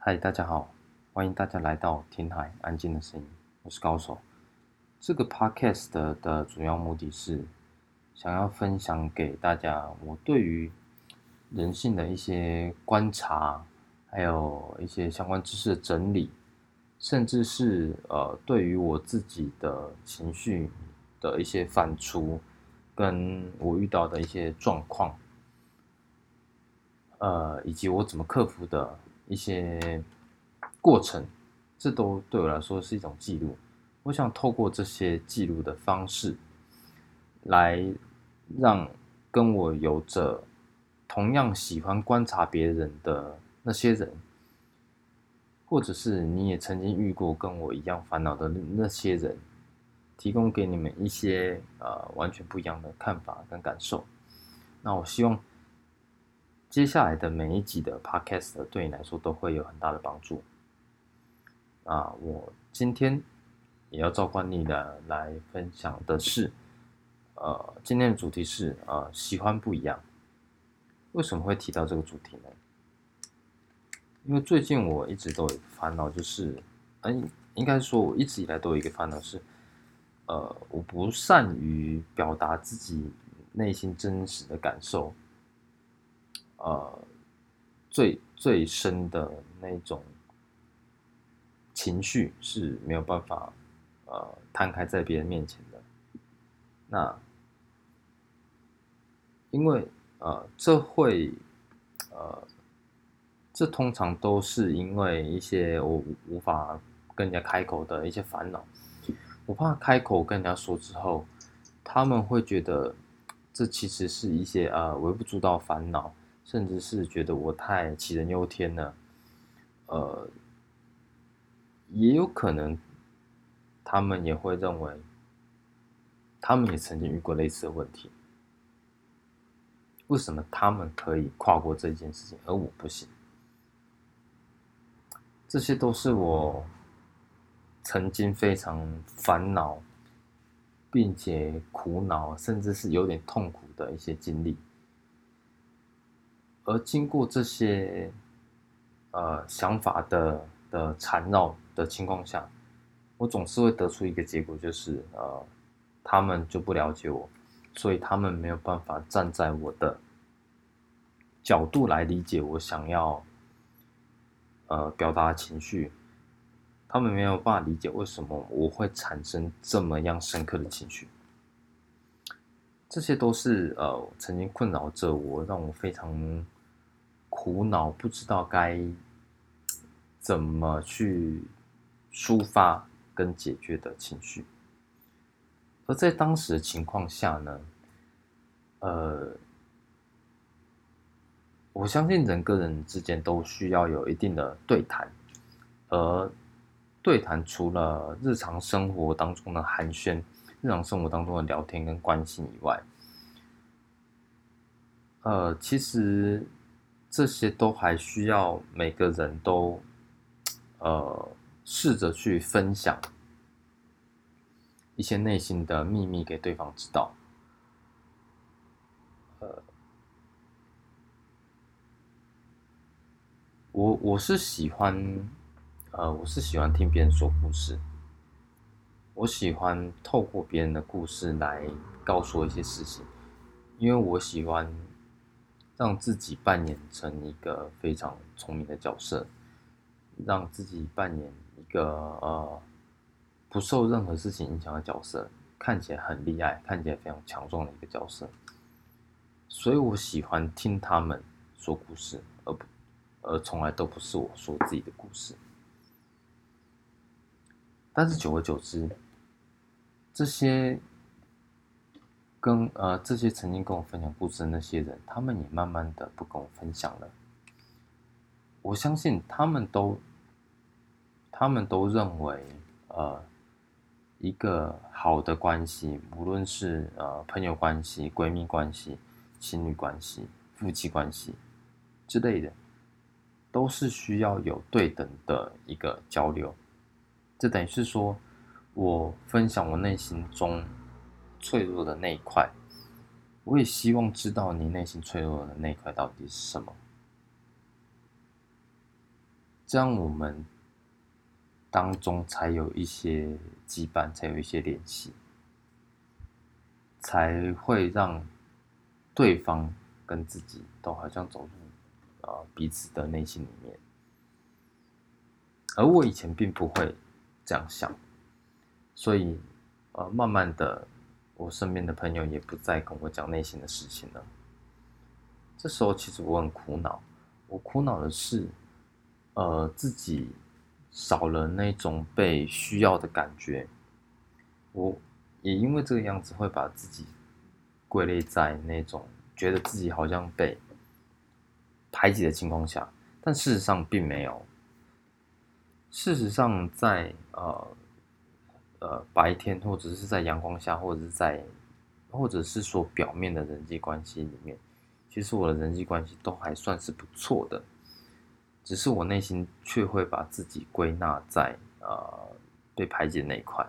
嗨，大家好，欢迎大家来到听海安静的声音，我是高手。这个 podcast 的主要目的是想要分享给大家我对于人性的一些观察，还有一些相关知识的整理，甚至是对于我自己的情绪的一些反刍，跟我遇到的一些状况，以及我怎么克服的一些过程，这都对我来说是一种记录。我想透过这些记录的方式，来让跟我有着同样喜欢观察别人的那些人，或者是你也曾经遇过跟我一样烦恼的那些人，提供给你们一些完全不一样的看法跟感受。那我希望接下来的每一集的 podcast 对你来说都会有很大的帮助。我今天也要照惯例的来分享的是，今天的主题是喜欢不一样。为什么会提到这个主题呢？因为最近我一直都有烦恼，就是，应该说我一直以来都有一个烦恼是，我不善于表达自己内心真实的感受，呃，最深的那种情绪是没有办法摊开在别人面前的。那因为这会呃这通常都是因为一些我无法跟人家开口的一些烦恼。我怕开口跟人家说之后，他们会觉得这其实是一些微不足道烦恼，甚至是觉得我太杞人忧天了。呃，也有可能他们也会认为，他们也曾经遇过类似的问题。为什么他们可以跨过这件事情，而我不行？这些都是我曾经非常烦恼，并且苦恼，甚至是有点痛苦的一些经历。而经过这些想法的缠绕的情况下，我总是会得出一个结果，就是他们就不了解我，所以他们没有办法站在我的角度来理解我想要表达的情绪，他们没有办法理解为什么我会产生这么样深刻的情绪。这些都是曾经困扰着我，让我非常苦恼，不知道该怎么去抒发跟解决的情绪。而在当时的情况下呢，呃，我相信人跟人之间都需要有一定的对谈，而对谈除了日常生活当中的寒暄、日常生活当中的聊天跟关心以外，其实这些都还需要每个人都呃试着去分享一些内心的秘密给对方知道。我是喜欢听别人说故事，我喜欢透过别人的故事来告诉我一些事情，因为我喜欢让自己扮演成一个非常聪明的角色，让自己扮演一个不受任何事情影响的角色，看起来很厉害，看起来非常强壮的一个角色。所以我喜欢听他们说故事，而从来都不是我说自己的故事。但是久而久之，这些这些曾经跟我分享故事的那些人，他们也慢慢的不跟我分享了。我相信他们都认为，呃，一个好的关系，无论是朋友关系、闺蜜关系、情侣关系、夫妻关系之类的，都是需要有对等的一个交流。这等于是说，我分享我内心中脆弱的那一块，我也希望知道你内心脆弱的那一块到底是什么。 这样我们当中才有一些羁绊，才有一些联系，才会让对方跟自己都好像走入彼此的内心里面。而我以前并不会这样想，所以慢慢的，我身边的朋友也不再跟我讲内心的事情了。这时候其实我很苦恼，我苦恼的是，自己少了那种被需要的感觉。我也因为这个样子，会把自己归类在那种觉得自己好像被排挤的情况下，但事实上并没有。事实上在，白天或者是在阳光下，或者是说表面的人际关系里面，其实我的人际关系都还算是不错的，只是我内心却会把自己归纳在被排挤的那一块。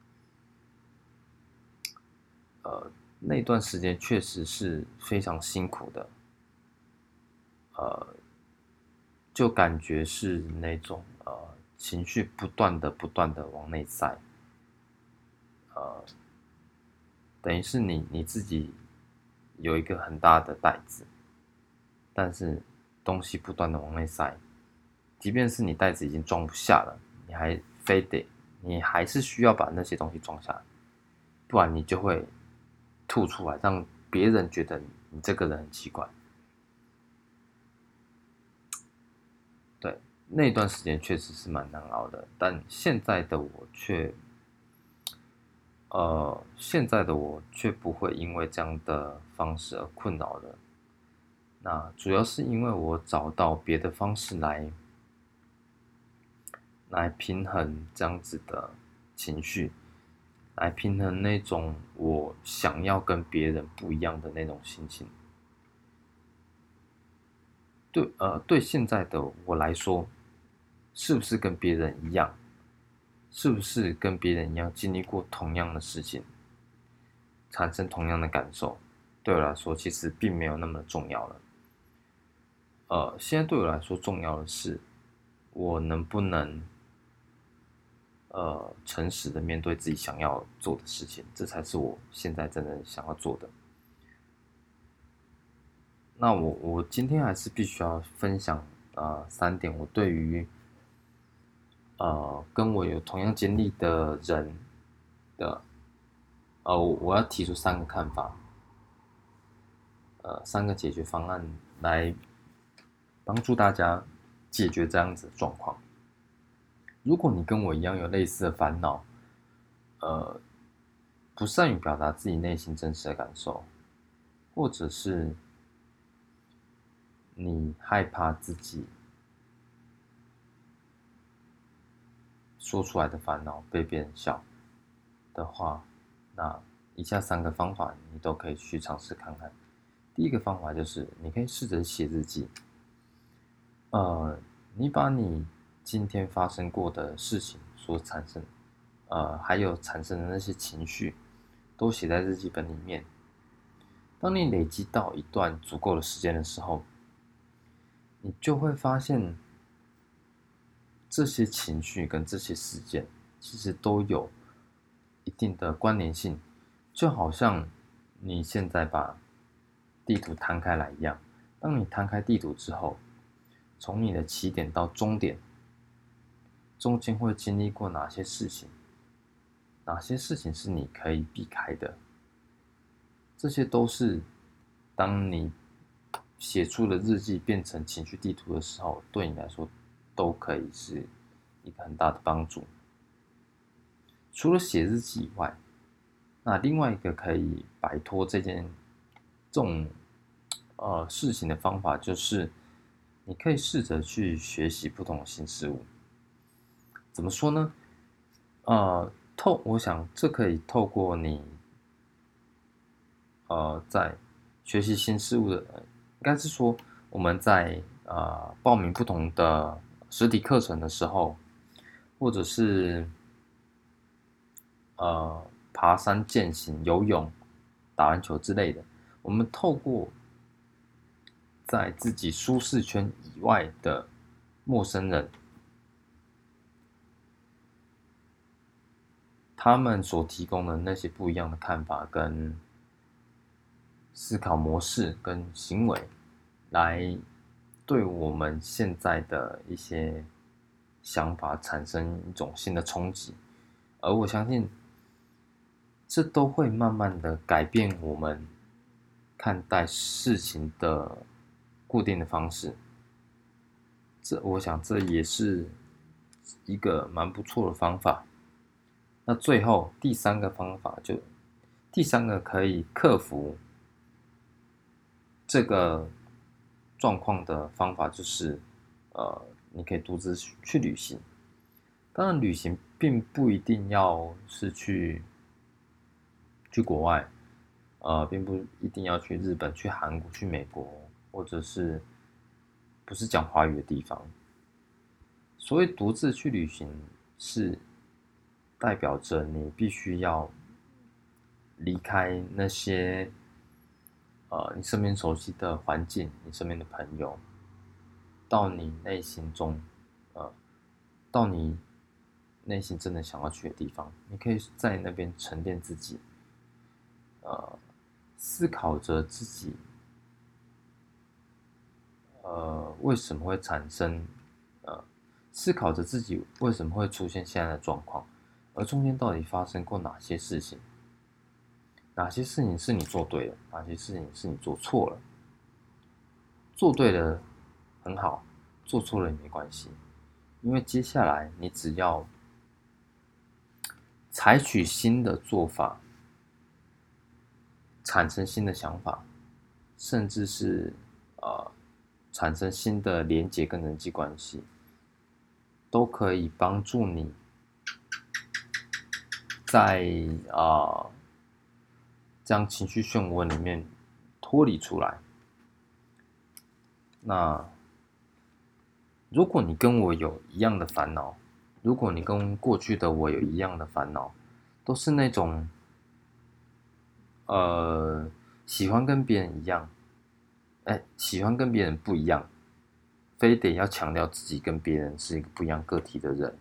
那段时间确实是非常辛苦的，就感觉是那种情绪不断的往内塞，等于是你自己有一个很大的袋子，但是东西不断的往内塞，即便是你袋子已经装不下了，你还是需要把那些东西装下来，不然你就会吐出来，让别人觉得你这个人很奇怪。对，那段时间确实是蛮难熬的，但现在的我却不会因为这样的方式而困扰了。那主要是因为我找到别的方式来平衡这样子的情绪，来平衡那种我想要跟别人不一样的那种心情。对现在的我来说，是不是跟别人一样？是不是跟别人一样经历过同样的事情，产生同样的感受？对我来说，其实并没有那么重要了。现在对我来说重要的是，我能不能诚实的面对自己想要做的事情，这才是我现在真正想要做的。那我今天还是必须要分享3点，我对于跟我有同样经历的人的我要提出3个看法，3个解决方案来帮助大家解决这样子的状况。如果你跟我一样有类似的烦恼，呃，不善于表达自己内心真实的感受，或者是你害怕自己说出来的烦恼被别人笑的话，那以下3个方法你都可以去尝试看看。第一个方法就是你可以试着写日记，你把你今天发生过的事情所产生，还有产生的那些情绪，都写在日记本里面。当你累积到一段足够的时间的时候，你就会发现这些情绪跟这些事件其实都有一定的关联性，就好像你现在把地图摊开来一样。当你摊开地图之后，从你的起点到终点，中间会经历过哪些事情？哪些事情是你可以避开的？这些都是当你写出的日记变成情绪地图的时候，对你来说都可以是一个很大的帮助。除了写日记以外，那另外一个可以摆脱这种事情的方法，就是你可以试着去学习不同的新事物。怎么说呢？我想这可以透过你在学习新事物的，应该是说我们在报名不同的实体课程的时候，或者是爬山、健行、游泳、打篮球之类的，我们透过在自己舒适圈以外的陌生人他们所提供的那些不一样的看法跟思考模式跟行为，来对我们现在的一些想法产生一种新的冲击，而我相信这都会慢慢的改变我们看待事情的固定的方式。我想这也是一个蛮不错的方法。那最后第三个可以克服这个状况的方法就是，你可以独自去旅行。当然，旅行并不一定要是去国外，并不一定要去日本、去韩国、去美国，或者是不是讲华语的地方。所谓独自去旅行，是代表着你必须要离开那些你身边熟悉的环境，你身边的朋友，到你内心中，呃，到你内心真的想要去的地方，你可以在那边沉淀自己，思考着自己，为什么会产生，呃，思考着自己为什么会出现现在的状况，而中间到底发生过哪些事情，哪些事情是你做对了，哪些事情是你做错了，做对了很好，做错了也没关系，因为接下来你只要采取新的做法，产生新的想法，甚至是产生新的连结跟人际关系，都可以帮助你在将情绪漩涡里面脱离出来。那如果你跟我有一样的烦恼，如果你跟过去的我有一样的烦恼，都是那种喜欢跟别人一样，喜欢跟别人不一样，非得要强调自己跟别人是一个不一样个体的人，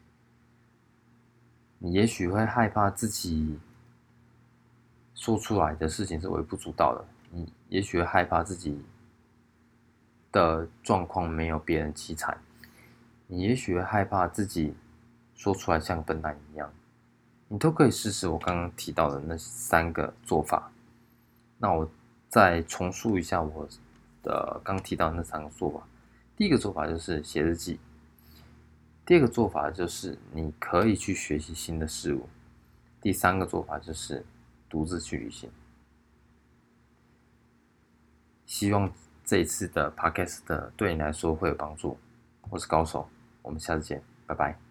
你也许会害怕自己说出来的事情是微不足道的，你也许会害怕自己的状况没有别人凄惨，你也许会害怕自己说出来像笨蛋一样，你都可以试试我刚刚提到的那三个做法。那我再重述一下我的刚提到的那三个做法。第一个做法就是写日记，第二个做法就是你可以去学习新的事物，第三个做法就是独自去旅行。希望这一次的 podcast 对你来说会有帮助。我是高手，我们下次见，拜拜。